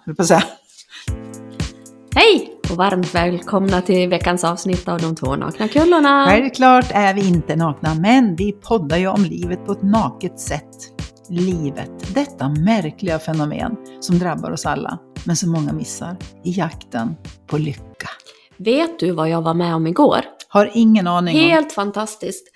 höll på att säga. Hej och varmt välkomna till veckans avsnitt av De två nakna kullorna. Självklart är vi inte nakna, men vi poddar ju om livet på ett naket sätt. Livet, detta märkliga fenomen som drabbar oss alla, men som många missar i jakten på lycka. Vet du vad jag var med om igår? Har ingen aning om. Helt fantastiskt.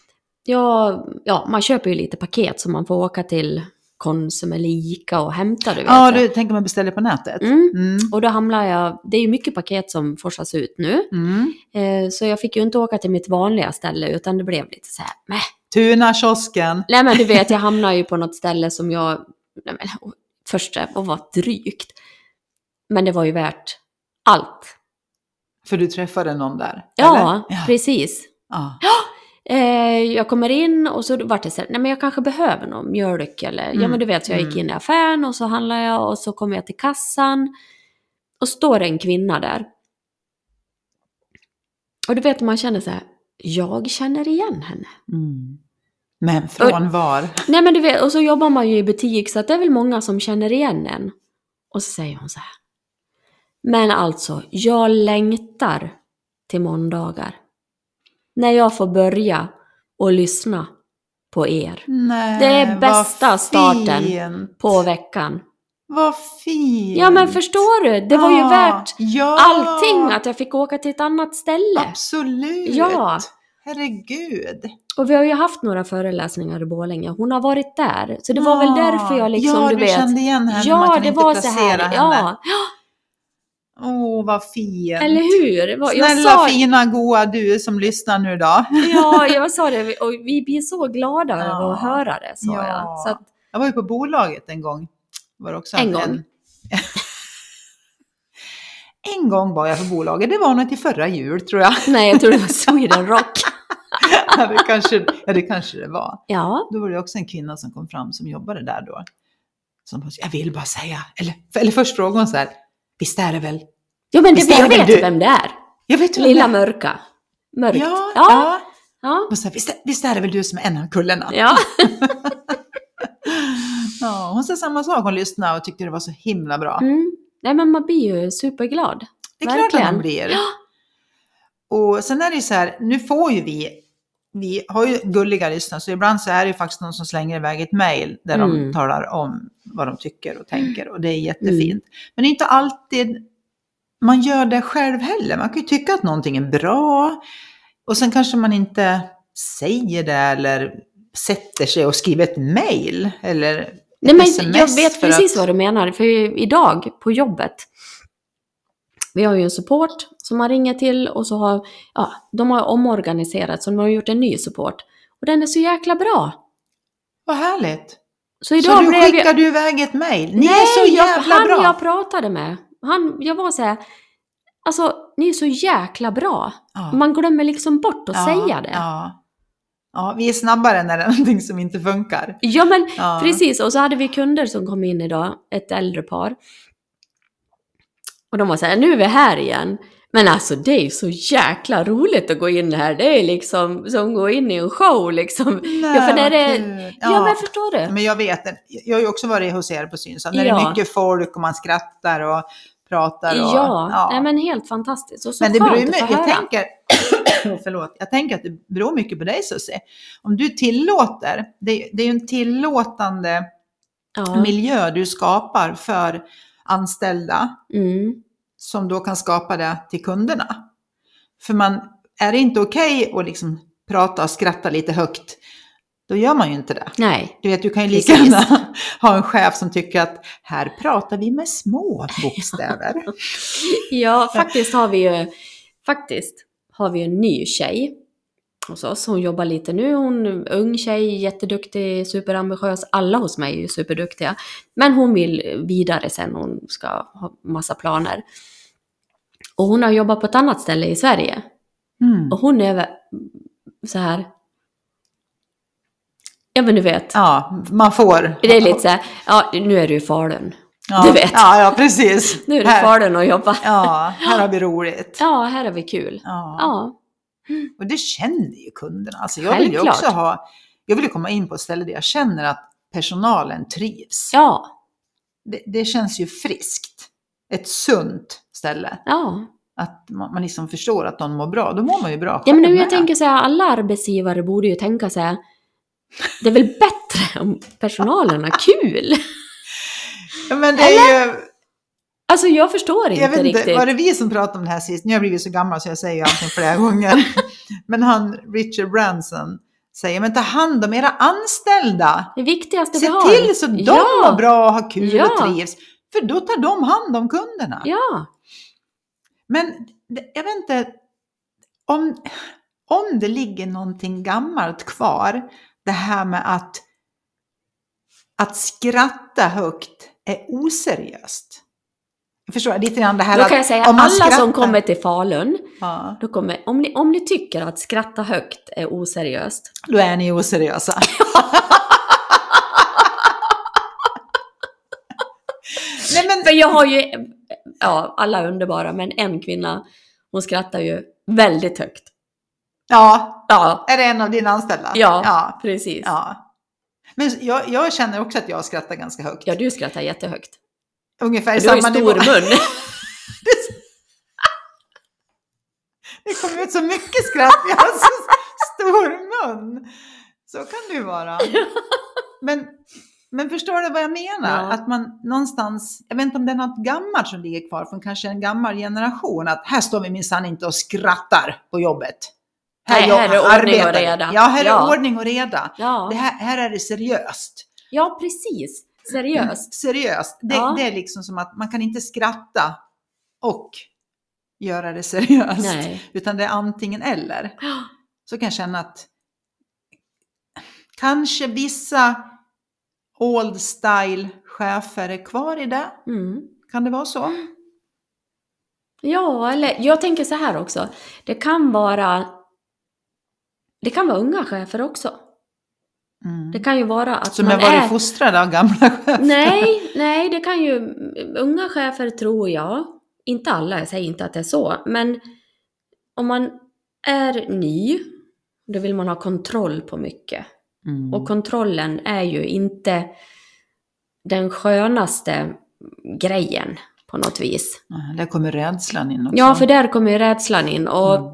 Man köper ju lite paket som man får åka till Konsum eller Ica och hämta, du vet. Ja, du tänker man beställer på nätet. Och då hamnar jag, det är ju mycket paket som forsas ut nu. Så jag fick ju inte åka till mitt vanliga ställe, utan det blev lite så här, Tuna-kiosken. Nej, men du vet, jag hamnar ju på något ställe som först var drygt. Men det var ju värt allt. För du träffade någon där? Ja, precis. Ja. Jag kommer in och så vart det så här, nej men jag kanske behöver någon mjölk eller, ja men du vet, så jag gick in i affären och så handlade jag och så kom jag till kassan och står en kvinna där. Och du vet, man känner så här, jag känner igen henne. Men från var? Nej men du vet, och så jobbar man ju i butik så att det är väl många som känner igen en. Och så säger hon så här, men alltså, jag längtar till måndagar. När jag får börja och lyssna på er. Nej, det är bästa starten fint. På veckan. Vad fint. Ja, men förstår du? Det var ju värt allting att jag fick åka till ett annat ställe. Absolut. Ja. Herregud. Och vi har ju haft några föreläsningar i Borlänge. Hon har varit där. Så det var väl därför jag liksom, du vet. kände igen henne. Ja, man kan det inte var så placera här. henne. Ja. Vad fint. Eller hur? Snälla, fina, goa du som lyssnar nu då. Ja, jag sa det. Och vi blir så glada över att höra det, sa jag. Så att, jag var ju på bolaget en gång. Var också en gång? En gång var jag på bolaget. Det var nog till förra jul, tror jag. Nej, jag tror det var Sweden Rock. det kanske det var. Ja. Då var det också en kvinna som kom fram som jobbade där då. Som, jag vill bara säga. Eller först frågade hon så här. Visst är det väl? Ja, men jag vet vem det är. Jag vet vem Lilla det är. Mörkt. Ja. Ja. Och så här, visst är det väl du som är en av kullarna? Ja. Ja, hon sa samma sak. Hon lyssnade och tyckte det var så himla bra. Nej, men man blir ju superglad. Det är klart att man blir. Ja. Och sen är det så här, nu får ju vi har ju gulliga lyssnare, så ibland så är det ju faktiskt någon som slänger iväg ett mejl där de talar om vad de tycker och tänker, och det är jättefint. Men det är inte alltid man gör det själv heller. Man kan ju tycka att någonting är bra och sen kanske man inte säger det eller sätter sig och skriver ett mejl eller SMS. Jag vet precis vad du menar, för idag på jobbet vi har ju en support som man ringer till och så har de har omorganiserat, så de har gjort en ny support och den är så jäkla bra. Vad härligt. Så idag så skickar du iväg ett mejl. Ni är så jävla bra. Jag pratade med. Jag var så här, alltså ni är så jäkla bra. Ja. Man glömmer liksom bort att säga det. Ja, vi är snabbare när det är någonting som inte funkar. Ja, men precis. Och så hade vi kunder som kom in idag, ett äldre par. Och de var så här, nu är vi här igen. Men alltså det är ju så jäkla roligt att gå in här. Det är liksom som att gå in i en show liksom. Nej, för när det, men förstår du? Men jag vet, jag har ju också varit hos er på Synsam. När det är mycket folk och man skrattar och pratar. Och, nej, men helt fantastiskt. Och så men det beror mycket, jag tänker att det beror mycket på dig, Susie. Om du tillåter, det är ju en tillåtande miljö du skapar för anställda som då kan skapa det till kunderna. För är det inte okej att liksom prata och skratta lite högt, då gör man ju inte det. Nej. Du vet, du kan ju lika gärna ha en chef som tycker att här pratar vi med små bokstäver. Ja, faktiskt har vi en ny tjej hos oss. Hon jobbar lite nu, hon är ung tjej, jätteduktig, superambitiös. Alla hos mig är ju superduktiga. Men hon vill vidare sen, hon ska ha massa planer. Och hon har jobbat på ett annat ställe i Sverige. Och hon är så här, ja men du vet. Ja, man får. Det är lite så här, nu är du i Falun. Ja, du vet. Ja, precis. Nu är det Falun och jobba. Ja, här har vi roligt. Ja, här har vi kul. Ja. Och det känner ju kunderna. Alltså jag vill ju också jag vill komma in på ett ställe där jag känner att personalen trivs. Ja. Det känns ju friskt. ett sunt ställe. Ja. Att man liksom förstår att de mår bra. Då mår man ju bra. Ja, men nu jag tänker så här, alla arbetsgivare borde ju tänka så här, det är väl bättre om personalen har kul? Ja, men det är ju... Alltså jag förstår inte Jag vet inte, riktigt. var det vi som pratade om det här sist? Nu har jag blivit så gammal så jag säger allting flera gånger. Men han, Richard Branson, säger, men ta hand om era anställda. Det viktigaste Se vi har. till så de mår bra och har kul och trivs. För då tar de hand om kunderna. Ja. Men jag vet inte, om det ligger någonting gammalt kvar, det här med att skratta högt är oseriöst. Jag förstår lite grann det här. Då kan jag säga, om man alla skrattar, som kommer till Falun, ja, då kommer, om ni tycker att skratta högt är oseriöst. då är ni oseriösa. Nej, men, För jag har ju, ja, alla är underbara, men en kvinna, hon skrattar ju väldigt högt. ja, är det en av dina anställda? Ja, precis. Ja. Men jag känner också att jag skrattar ganska högt. Ja, du skrattar jättehögt. Ungefär i Du har ju samma stor nivå. mun. Det kommer ut så mycket skratt. Jag har så stor mun. Så kan det ju vara. Men förstår du vad jag menar? Ja. Att man någonstans, jag vet inte om det är något gammalt som ligger kvar från kanske en gammal generation. Att här står vi minsann inte och skrattar på jobbet. Här är ordning och reda. Ja, här är ordning och reda. Ja. Här är det seriöst. Ja, precis. Seriöst. Seriöst. Det är liksom som att man kan inte skratta och göra det seriöst. Nej. Utan det är antingen eller. Så kan jag känna att kanske vissa old style chefer är kvar i det. Mm. Kan det vara så? Ja, eller jag tänker så här också. Det kan vara unga chefer också. Mm. Det kan ju vara att som man har varit fostrade av gamla chefer. Nej, det kan ju unga chefer, tror jag. Inte alla, jag säger inte att det är så. Men om man är ny, då vill man ha kontroll på mycket. Mm. Och kontrollen är ju inte den skönaste grejen på något vis. Där kommer rädslan in också. Ja, för där kommer ju rädslan in. Och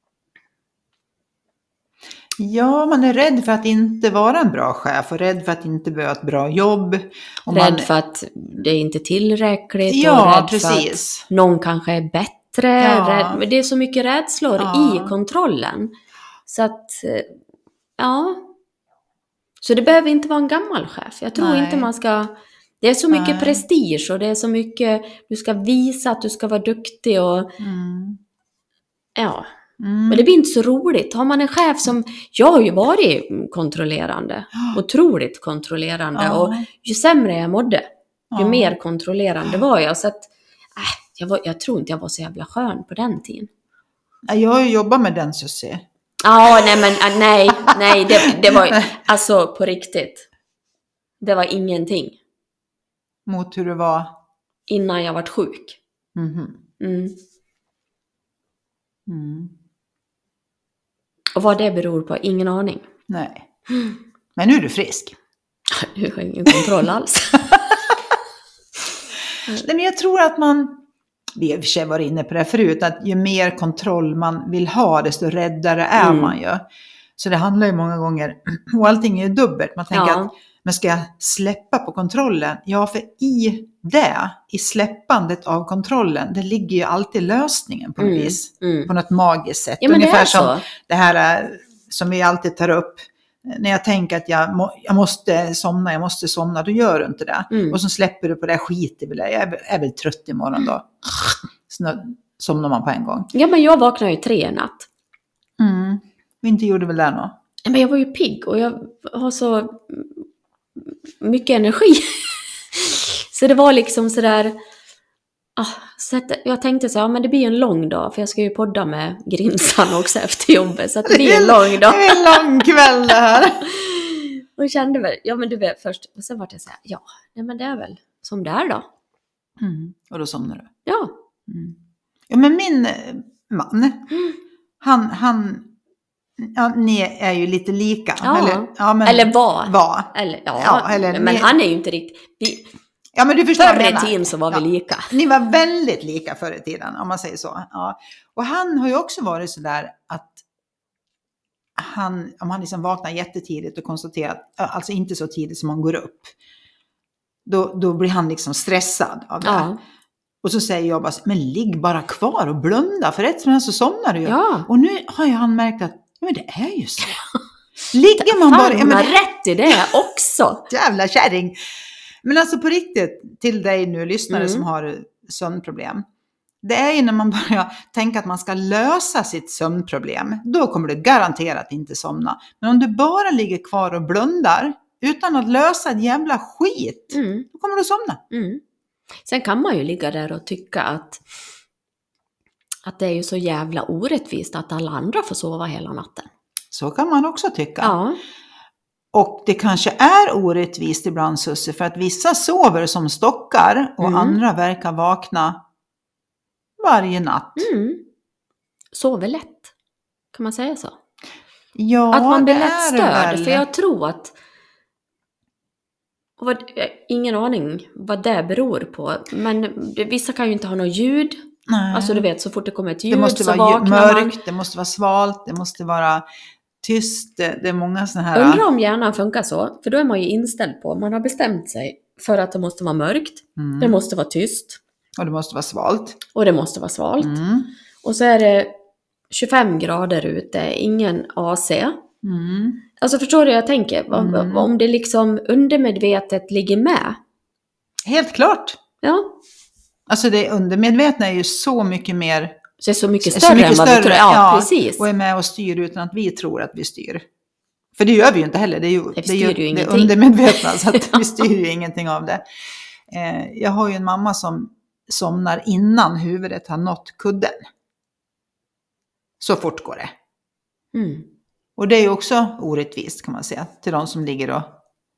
ja, man är rädd för att inte vara en bra chef och rädd för att inte behöva ett bra jobb. Och rädd för att det är inte tillräckligt. Ja, och rädd precis. för att någon kanske är bättre. Ja. Men det är så mycket rädslor i kontrollen. Så att, ja. Så det behöver inte vara en gammal chef. Jag tror inte man ska... Det är så mycket prestige och det är så mycket... Du ska visa att du ska vara duktig och... Ja. Men det blir inte så roligt. Har man en chef som... Jag har ju varit kontrollerande. Otroligt kontrollerande. Och ju sämre jag mådde, ju mer kontrollerande var jag. Så att... jag tror inte jag var så jävla skön på den tiden. Jag har ju jobbat med den, Susie. Ja, nej, det var alltså på riktigt. Det var ingenting. Mot hur det var? Innan jag vart sjuk. Och vad det beror på, ingen aning. Nej. Men nu är du frisk. Du har ingen kontroll alls. Nej, men jag tror att vi har i och för sig varit inne på det förut, att ju mer kontroll man vill ha, desto räddare är man ju. Så det handlar ju många gånger, och allting är ju dubbelt. Man tänker att, men ska jag släppa på kontrollen? Ja, för i släppandet av kontrollen, det ligger ju alltid lösningen på något vis. På något magiskt sätt. Ja, men ungefär det är som så. Det här som vi alltid tar upp. När jag tänker att jag måste somna, då gör du inte det. Och så släpper du på det, skit i det. Jag är väl trött imorgon då. Så somnar man på en gång. Ja, men jag vaknade ju 3 i natt. Vi inte gjorde väl det nå? Men jag var ju pigg och jag har så mycket energi. Så det var liksom sådär... Så att jag tänkte så här, men det blir en lång dag. För jag ska ju podda med Grinsan också efter jobbet. Så att det blir en lång dag. Det är en lång kväll det här. Och kände väl, ja men du vet först. Och sen var det så här, nej men det är väl som det är då. Och då somnar du? Ja. Ja, men min man, ni är ju lite lika. Ja. Eller var. Eller, men men han är ju inte riktigt... Ja, men du förstår vad jag Förr i menar. tiden så var vi lika. Ni var väldigt lika förr i tiden, om man säger så. Ja. Och han har ju också varit så där att om han liksom vaknar jättetidigt och konstaterar att, alltså inte så tidigt som han går upp, då blir han liksom stressad av det. Ja. Och så säger jag bara, men ligg bara kvar och blunda, för rätt som det så somnar du ju. Ja. Och nu har ju han märkt att, men det är ju så. Ligger man bara... Fan, har rätt i det också. Jävla kärring. Men alltså på riktigt, till dig nu lyssnare som har sömnproblem. Det är ju när man börjar tänka att man ska lösa sitt sömnproblem. Då kommer du garanterat inte somna. Men om du bara ligger kvar och blundar utan att lösa en jävla skit, då kommer du somna. Mm. Sen kan man ju ligga där och tycka att det är ju så jävla orättvist att alla andra får sova hela natten. Så kan man också tycka. Ja. Och det kanske är orättvist ibland, Susse, för att vissa sover som stockar och andra verkar vakna varje natt. Sover lätt, kan man säga så? Ja, att man blir det lätt är störd, väl. för jag tror att ingen aning vad det beror på, men vissa kan ju inte ha något ljud. Nej. Alltså du vet, så fort det kommer ett ljud det måste så vara vaknar mörkt, man. det måste vara svalt, det måste vara tyst, det är många sådana här... Undrar om hjärnan funkar så, för då är man ju inställd på, man har bestämt sig för att det måste vara mörkt, det måste vara tyst. Och det måste vara svalt. Och det måste vara svalt. Och så är det 25 grader ute, ingen AC. Alltså förstår du jag tänker? Om det liksom undermedvetet ligger med. Helt klart. Ja. Alltså det undermedvetna är ju så mycket mer... Så det är så mycket större än vad vi tror. Ja, precis. Och är med och styr utan att vi tror att vi styr. För det gör vi ju inte heller. Det är ju, det är ju det undermedvetna, så att vi styr ju ingenting av det. Jag har ju en mamma som somnar innan huvudet har nått kudden. Så fort går det. Och det är ju också orättvist, kan man säga, till de som ligger och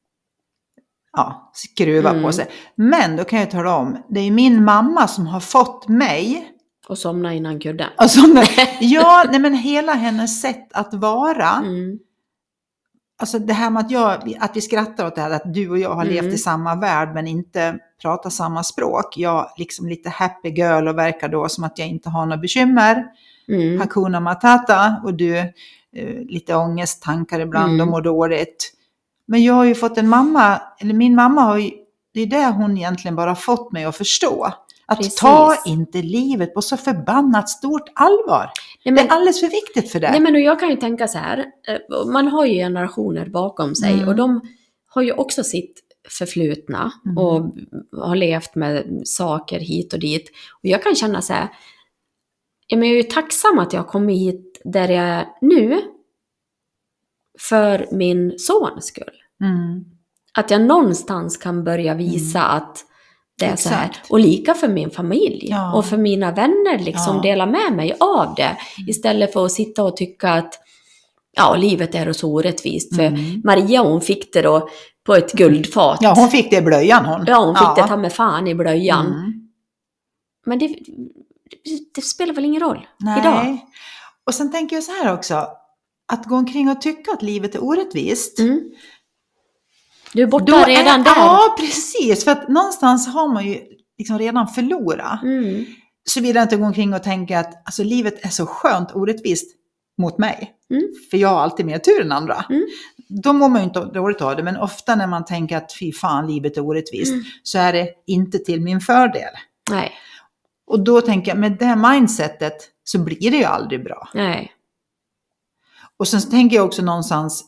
skruvar på sig. Men då kan jag tala om, det är min mamma som har fått mig och somna innan kudden. Men hela hennes sätt att vara. Alltså det här med att vi skrattar åt det här, att du och jag har levt i samma värld men inte pratar samma språk. Jag liksom lite happy girl och verkar då som att jag inte har några bekymmer. Hakuna Matata, och du lite ångesttankar ibland och mår dåligt. Men jag har ju fått en mamma, eller min mamma har ju, det är det hon egentligen bara fått mig att förstå. Att Precis. ta inte livet på så förbannat stort allvar. Nej, men, det är alldeles för viktigt för det. Nej, men och jag kan ju tänka så här, man har ju generationer bakom sig och de har ju också sitt förflutna och har levt med saker hit och dit. Och jag kan känna så här, jag är ju tacksam att jag har kommit hit där jag är nu för min sons skull. Att jag någonstans kan börja visa att det är så här. Och lika för min familj och för mina vänner liksom dela med mig av det. Istället för att sitta och tycka att livet är så orättvist. För Maria, hon fick det då på ett guldfat. Ja, hon fick det i blöjan hon. Ja, hon fick det ta med fan i blöjan. Men det spelar väl ingen roll idag. Och sen tänker jag så här också. Att gå omkring och tycka att livet är orättvist. Du är borta redan där. Ja, precis. För att någonstans har man ju liksom redan förlorat. Så vill jag inte gå omkring och tänka att alltså, livet är så skönt orättvist mot mig. För jag har alltid mer tur än andra. Då mår man ju inte dåligt av det. Men ofta när man tänker att fy fan, livet är orättvist. Så är det inte till min fördel. Nej. Och då tänker jag, med det här mindsetet så blir det ju aldrig bra. Nej. Och sen tänker jag också någonstans,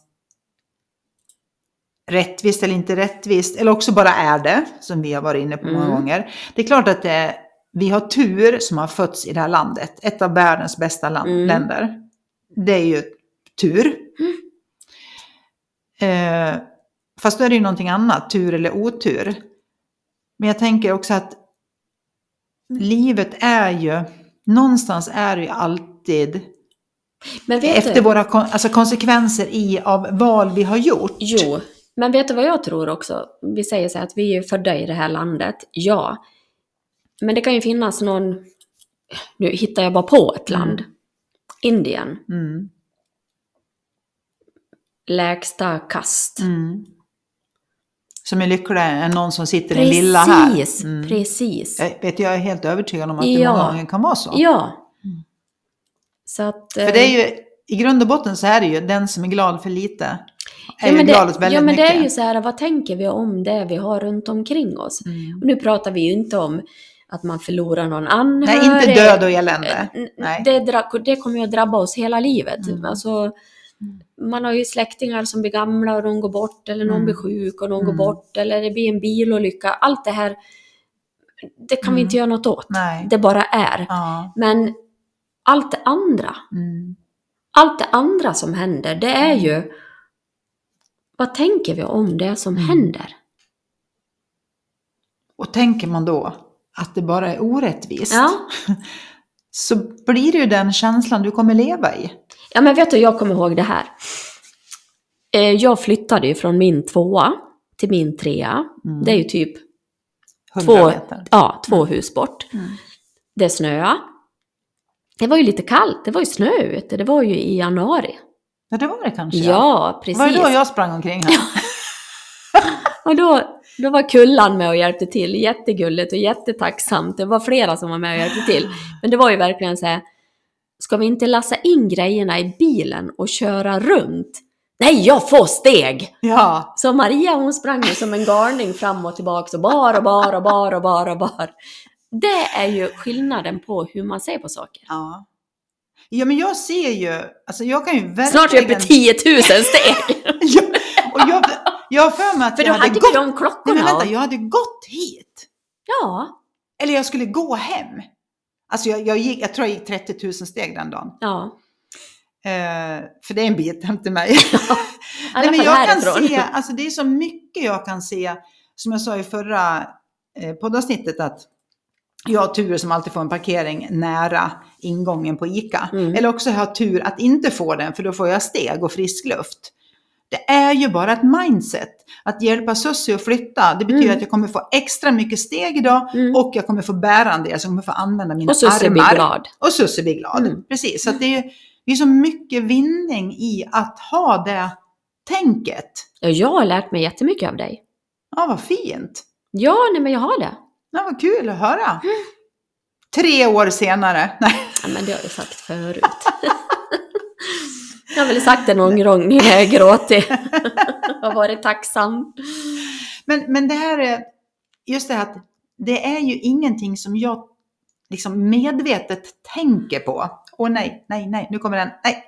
rättvist eller inte rättvist, eller också bara är det, som vi har varit inne på många gånger. Det är klart att vi har tur som har fötts i det här landet. Ett av världens bästa länder. Det är ju tur. Fast då är det ju någonting annat, tur eller otur. Men jag tänker också att livet är ju, någonstans är det ju alltid... Men efter våra konsekvenser av val vi har gjort. Jo, men vet du vad jag tror också? Vi säger så här att vi är födda i det här landet. Ja, men det kan ju finnas någon... Nu hittar jag bara på ett land. Indien. Lägsta kast. som är lyckligare än någon som sitter i en villa här. Precis. Jag är helt övertygad om att det många gånger kan vara så. Ja. Så att, för det är ju, i grund och botten så är det ju den som är glad för lite. Men det är ju så här, vad tänker vi om det vi har runt omkring oss? Och nu pratar vi ju inte om att man förlorar någon anhörig. Nej, inte död och elände. Nej. Det kommer ju att drabba oss hela livet. Alltså, man har ju släktingar som blir gamla och de går bort, eller någon blir sjuk och någon går bort, eller det blir en bilolycka. Allt det här, det kan vi inte göra något åt. Nej. Det bara är. Ja. Men allt det andra som händer, det är ju, vad tänker vi om det som händer? Och tänker man då att det bara är orättvist, så blir det ju den känslan du kommer leva i. Ja, men vet du, jag kommer ihåg det här. Jag flyttade ju från min 2:a till min 3:a. Det är ju typ 2 hus bort. Det snöade. Det var ju lite kallt, det var ju snö ute. Det var ju i januari. Ja, det var det kanske. Ja, precis. Var det då jag sprang omkring här? Och då var kullan med och hjälpte till. Jättegulligt och jättetacksamt. Det var flera som var med och hjälpte till. Men det var ju verkligen så här, ska vi inte lassa in grejerna i bilen och köra runt? Nej, jag får steg! Ja. Så Maria, hon sprang ju som en galning fram och tillbaka och bar. Det är ju skillnaden på hur man ser på saker. Ja. Ja, men jag ser ju, alltså jag kan ju verkligen... Snart är jag uppe 10 000 steg. Ja, och jag har för mig att för jag hade gått... de klockorna. Nej, men vänta, jag hade gått hit. Ja. Eller jag skulle gå hem. Alltså jag tror jag gick 30 000 steg den dagen. Ja. För det är en bit hem till mig. Ja. Nej, men jag kan se, alltså det är så mycket jag kan se, som jag sa i förra poddavsnittet, att jag har tur som alltid får en parkering nära ingången på ICA. Eller också har jag tur att inte få den, för då får jag steg och frisk luft. Det är ju bara ett mindset. Att hjälpa Sussi att flytta, det betyder att jag kommer få extra mycket steg idag och jag kommer få bära en del, så jag kommer få använda mina armar. Och Sussi blir glad. Och Sussi blir glad, precis. Så att det är så mycket vinning i att ha det tänket. Ja, jag har lärt mig jättemycket av dig. Ja, vad fint. Ja, nej, men jag har det. Ja, vad kul att höra. 3 år senare. Nej. Ja, men det har jag sagt förut. Jag har väl sagt det någon gång när jag gråtit. Och varit tacksam. Men det här är, just det här att det är ju ingenting som jag liksom medvetet tänker på. Åh nej, nu kommer den. Nej,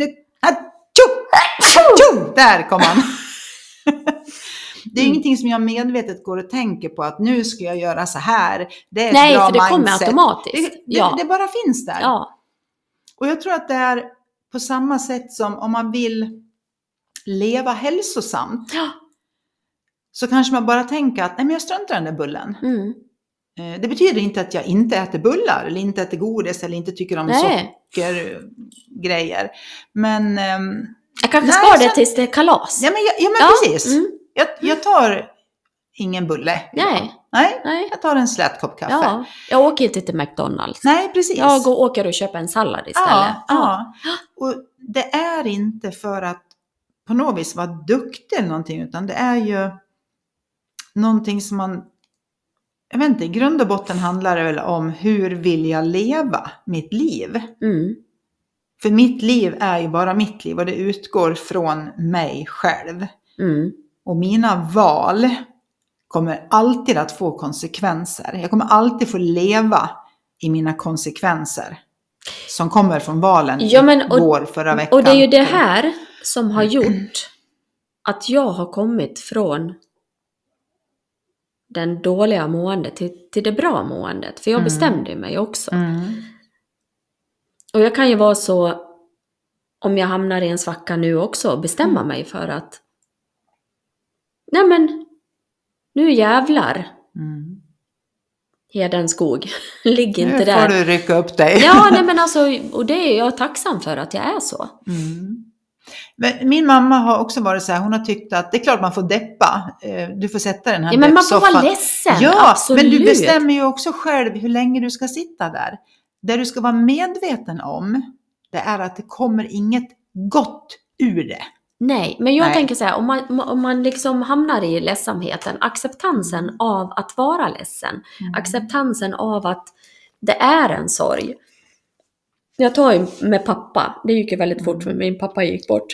där kom han. Det är ingenting som jag medvetet går och tänker på, att nu ska jag göra så här. Det är ett bra mindset. Nej, för det kommer automatiskt. Det bara finns där. Ja. Och jag tror att det är på samma sätt som om man vill leva hälsosamt. Ja. Så kanske man bara tänker att nej, men jag struntar den där bullen. Det betyder inte att jag inte äter bullar eller inte äter godis eller inte tycker om sockergrejer. Men jag kanske sparar det tills det är kalas. Ja, men precis. Jag tar ingen bulle. Nej, jag tar en slät kopp kaffe. Ja, jag åker inte till McDonalds. Nej, precis. Jag åker och köper en sallad istället. Ja. Och det är inte för att på något vis vara duktig eller någonting, utan det är ju någonting som man, jag vet inte, i grund och botten handlar det väl om hur vill jag leva mitt liv. För mitt liv är ju bara mitt liv och det utgår från mig själv. Och mina val kommer alltid att få konsekvenser. Jag kommer alltid få leva i mina konsekvenser som kommer från valen förra veckan. Och det är ju det här som har gjort att jag har kommit från den dåliga måendet till det bra måendet. För jag bestämde mig också. Och jag kan ju vara så, om jag hamnar i en svacka nu också, bestämma mig för att nej men, nu jävlar. Hedenskog. Ligg inte där. Nu får du rycka upp dig. Ja, nej men alltså, och det är jag tacksam för att jag är så. Men min mamma har också varit så här, hon har tyckt att det är klart man får deppa. Du får sätta den här men man får vara ledsen. Ja, absolut. Men du bestämmer ju också själv hur länge du ska sitta där. Det du ska vara medveten om, det är att det kommer inget gott ur det. Nej, men jag Nej. tänker så här, om man liksom hamnar i ledsamheten, acceptansen av att vara ledsen, acceptansen av att det är en sorg. Jag tar ju med pappa, det gick ju väldigt fort för min pappa gick bort.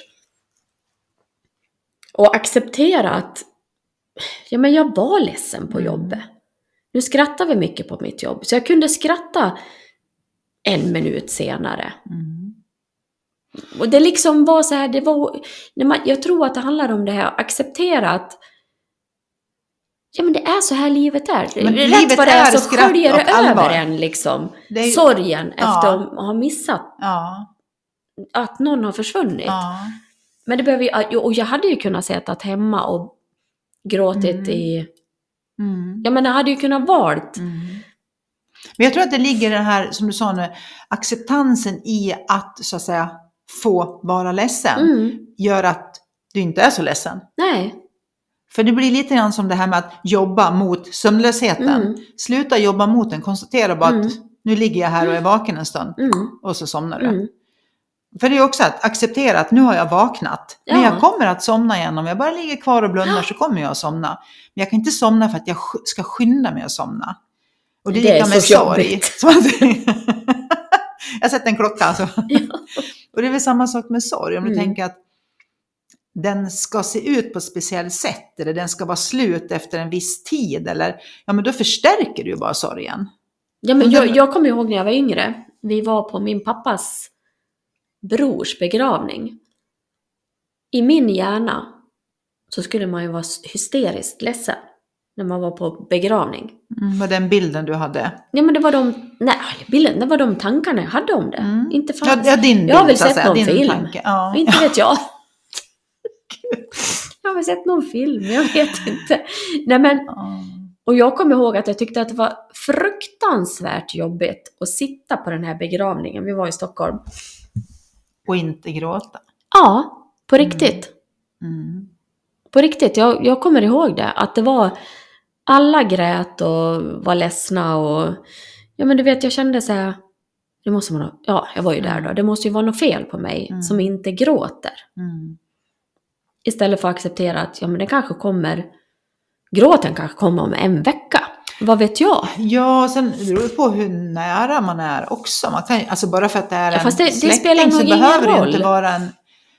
Och acceptera att men jag var ledsen på jobbet. Nu skrattar vi mycket på mitt jobb, så jag kunde skratta 1 minut senare. Och det liksom var så här, jag tror att det handlar om det här, acceptera att men det är så här livet är. Men Rätt livet vad det är så skratt sköljer och det allvar. över en liksom. Det är, sorgen efter att ha missat att någon har försvunnit. Men det behöver och jag hade ju kunnat sitta hemma och gråtit i... Ja, men jag hade ju kunnat valt. Men jag tror att det ligger det här, som du sa nu, acceptansen i att, så att säga, få vara ledsen. Gör att du inte är så ledsen. Nej. För det blir lite grann som det här med att jobba mot sömnlösheten. Sluta jobba mot den, konstatera bara att nu ligger jag här och är vaken en stund. Och så somnar du. För det är också att acceptera att nu har jag vaknat. Men jag kommer att somna igen. Om jag bara ligger kvar och blundar så kommer jag att somna. Men jag kan inte somna för att jag ska skynda mig att somna. Och det är lika med sorg. Jag sätter en klocka alltså. Och det är väl samma sak med sorg. Om du tänker att den ska se ut på ett speciellt sätt. Eller den ska vara slut efter en viss tid. Eller, men då förstärker du ju bara sorgen. Ja, men jag kommer ihåg när jag var yngre. Vi var på min pappas brors begravning. I min hjärna så skulle man ju vara hysteriskt ledsen när man var på begravning. Var den bilden du hade? Ja, men det var de tankarna jag hade om det. Inte fanns. Ja, din bild, jag har väl sett någon film. Tanke. Ja. Inte vet jag. Jag har väl sett någon film, jag vet inte. Nej, men, och jag kommer ihåg att jag tyckte att det var fruktansvärt jobbigt att sitta på den här begravningen. Vi var i Stockholm. Och inte gråta. Ja, på riktigt. På riktigt, jag kommer ihåg det. Att det var, alla grät och var ledsna. Och, men du vet, jag kände så här, det måste man jag var ju där då. Det måste ju vara något fel på mig som inte gråter. Istället för att acceptera att men det kanske kommer, gråten kanske kommer om en vecka. Vad vet jag? Ja, sen beror det på hur nära man är också. Man kan, alltså bara för att det är en fast det släkting så behöver det inte vara en...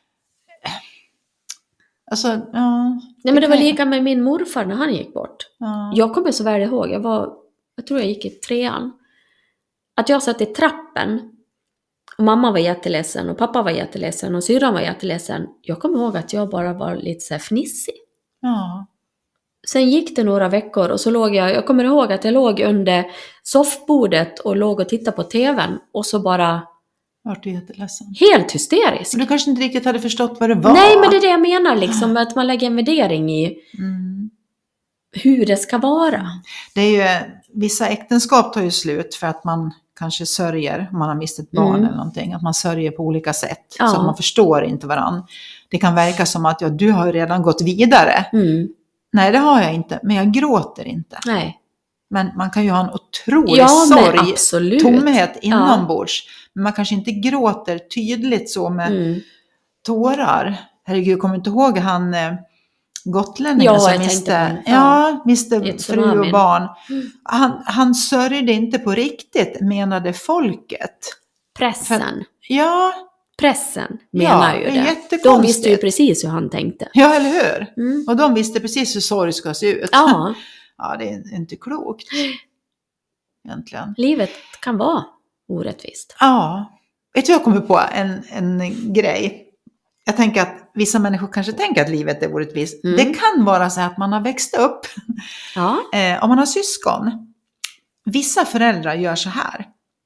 Alltså, Nej, men det var lika med min morfar när han gick bort. Jag kommer så väl ihåg, jag tror jag gick i 3:an. Att jag satt i trappen och mamma var jätteledsen och pappa var jätteledsen och syrran var jätteledsen. Jag kommer ihåg att jag bara var lite så här fnissig. Sen gick det några veckor och så låg jag kommer ihåg att jag låg under soffbordet och låg och tittade på tvn och så bara vart du jätteledsen. Helt hysterisk. Du kanske inte riktigt hade förstått vad det var. Nej, men det är det jag menar liksom, att man lägger en värdering i hur det ska vara. Det är ju, vissa äktenskap tar ju slut för att man kanske sörjer, om man har mist ett barn eller någonting, att man sörjer på olika sätt så att man förstår inte varann. Det kan verka som att du har redan gått vidare. Nej, det har jag inte, men jag gråter inte. Nej. Men man kan ju ha en otrolig sorg, tomhet inombords. Men man kanske inte gråter tydligt så med tårar. Herregud, kommer inte ihåg han gotlänningen som miste fru och barn. Han sörjde inte på riktigt, menade folket. Pressen. Pressen menar ju det. De visste ju precis hur han tänkte. Ja, eller hur? Och de visste precis hur sorg ska se ut. Ja, det är inte klokt. Egentligen. Livet kan vara orättvist. Ja. Vet du, jag kommer på en grej. Jag tänker att vissa människor kanske tänker att livet är orättvist. Det kan vara så att man har växt upp. Om man har syskon. Vissa föräldrar gör så här.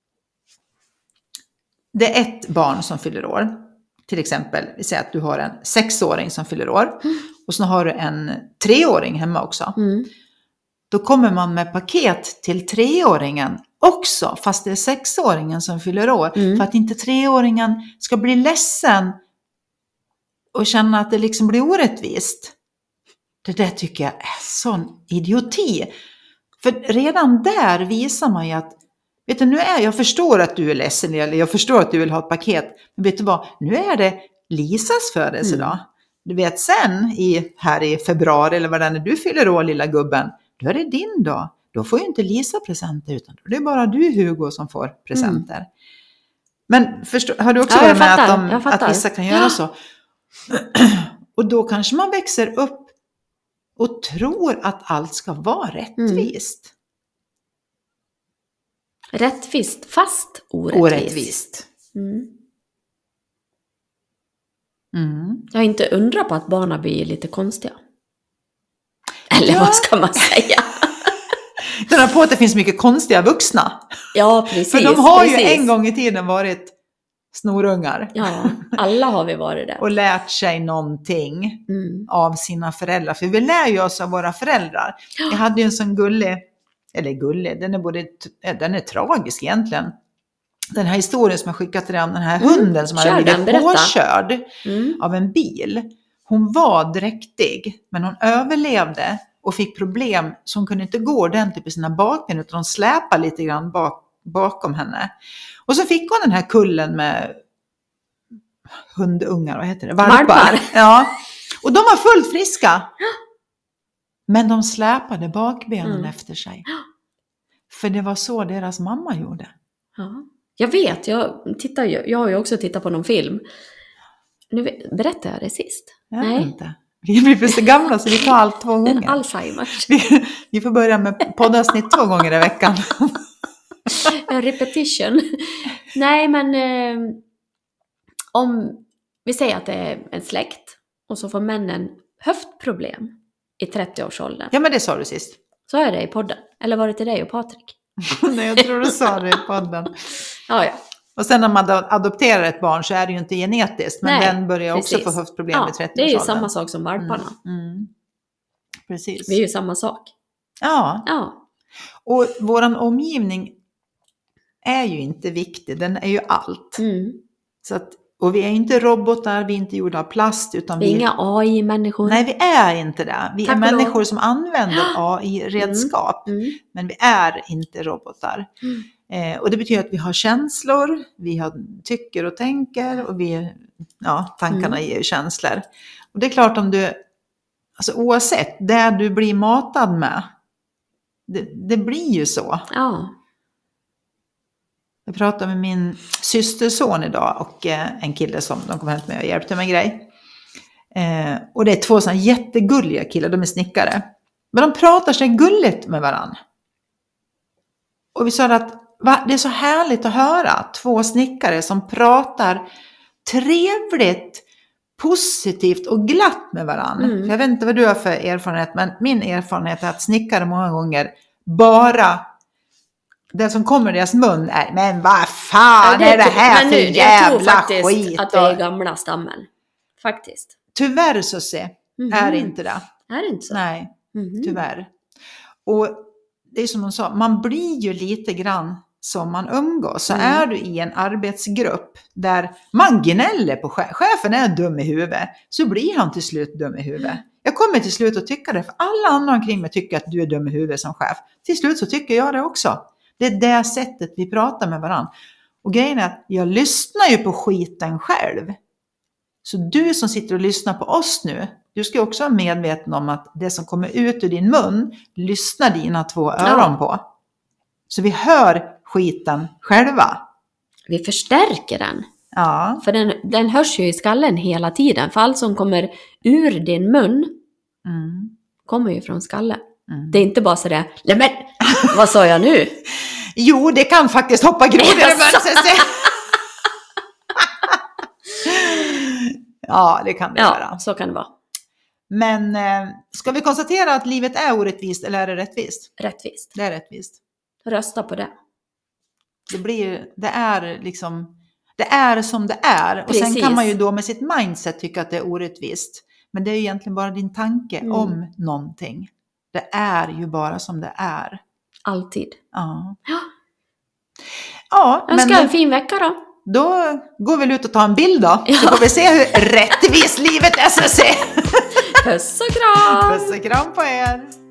Det är ett barn som fyller år. Till exempel, vi säger att du har en 6-åring som fyller år. Och så har du en 3-åring hemma också. Då kommer man med paket till 3-åringen också. Fast det är 6-åringen som fyller år. För att inte 3-åringen ska bli ledsen. Och känna att det liksom blir orättvist. Det där tycker jag är sån idioti. För redan där visar man ju att vet du, jag förstår att du är ledsen eller jag förstår att du vill ha ett paket. Men vet du vad, nu är det Lisas födelsedag. du vet sen här i februari eller vad det är, när du fyller år lilla gubben, då är det din dag. Då får ju inte Lisa presenter, utan det är bara du Hugo som får presenter. Men har du också varit med att vissa kan göra så? Och då kanske man växer upp och tror att allt ska vara rättvist. Rättvist fast orättvist. Jag har inte undrat på att barnen blir lite konstiga. Eller vad ska man säga? Den har på att det finns mycket konstiga vuxna. Ja, precis. För de har ju en gång i tiden varit snorungar. Ja, alla har vi varit där. Och lärt sig någonting av sina föräldrar. För vi lär ju oss av våra föräldrar. Jag hade ju en sån gullig, den är tragisk egentligen. Den här historien som jag skickat till den här hunden som hade blivit påkörd av en bil. Hon var dräktig, men hon överlevde och fick problem så hon kunde inte gå ordentligt på sina bakben, utan de släpade lite grann bakom henne. Och så fick hon den här kullen med hundungar, vad heter det? Valpar. Ja. Och de var fullt friska. Men de släpade bakbenen efter sig. För det var så deras mamma gjorde. Ja. Jag vet, jag har ju också tittat på någon film. Nu berättade jag det sist. Nej. Inte. Vi blir så gamla så vi tar allt 2 gånger. Alzheimers. Vi får börja med poddavsnitt 2 gånger i veckan. Repetition. Nej, men om vi säger att det är en släkt och så får männen höftproblem i 30-årsåldern. Ja, men det sa du sist. Så är det i podden. Eller var det till dig och Patrik? Nej, jag tror du sa det i podden. Ja. Och sen när man adopterar ett barn så är det ju inte genetiskt. Men den börjar också få höftproblem i 30-årsåldern. Det är ju samma sak som valparna. Precis. Det är ju samma sak. Ja. Och våran omgivning är ju inte viktig. Den är ju allt. Så att, och vi är inte robotar, vi är inte gjorda av plast. Utan vi är inga AI-människor. Nej, vi är inte det. Vi är människor som använder AI-redskap. Men vi är inte robotar. Och det betyder att vi har känslor, vi tycker och tänker och tankarna ger ju känslor. Och det är klart om du, alltså oavsett det du blir matad med, det blir ju så. Ja. Jag pratade med min systerson idag och en kille som de kom hem med och hjälpte mig en grej. Och det är 2 sådana jättegulliga killar, de är snickare. Men de pratar sig gulligt med varann. Och vi sa att det är så härligt att höra 2 snickare som pratar trevligt, positivt och glatt med varann. Jag vet inte vad du har för erfarenhet, men min erfarenhet är att snickare många gånger bara, det som kommer i deras mun är, men vad fan är det här för jävla skit? Att vi är gamla stammen. Faktiskt. Tyvärr så är det inte det. Är det inte så? Nej, tyvärr. Och det är som hon sa, man blir ju lite grann som man umgås. Så är du i en arbetsgrupp där man gnäller på chefen är dum i huvudet, så blir han till slut dum i huvudet. Jag kommer till slut att tycka det, för alla andra omkring mig tycker att du är dum i huvudet som chef. Till slut så tycker jag det också. Det är det sättet vi pratar med varandra. Och grejen är att jag lyssnar ju på skiten själv. Så du som sitter och lyssnar på oss nu, du ska också vara medveten om att det som kommer ut ur din mun lyssnar dina 2 öron på. Så vi hör skiten själva. Vi förstärker den. Ja. För den hörs ju i skallen hela tiden. För allt som kommer ur din mun kommer ju från skallen. Det är inte bara så där, nej men, vad sa jag nu? Jo, det kan faktiskt hoppa grodor ibland. Ja, det kan det vara. Ja, så kan det vara. Men ska vi konstatera att livet är orättvist eller är det rättvist? Rättvist. Det är rättvist. Rösta på det. Det är som det är. Och sen kan man ju då med sitt mindset tycka att det är orättvist. Men det är ju egentligen bara din tanke om någonting. Det är ju bara som det är. Alltid. Ja, jag önskar en fin vecka då. Då går vi ut och tar en bild då. Så får vi se hur rättvist livet är, så se. Puss och kram! Puss och kram på er!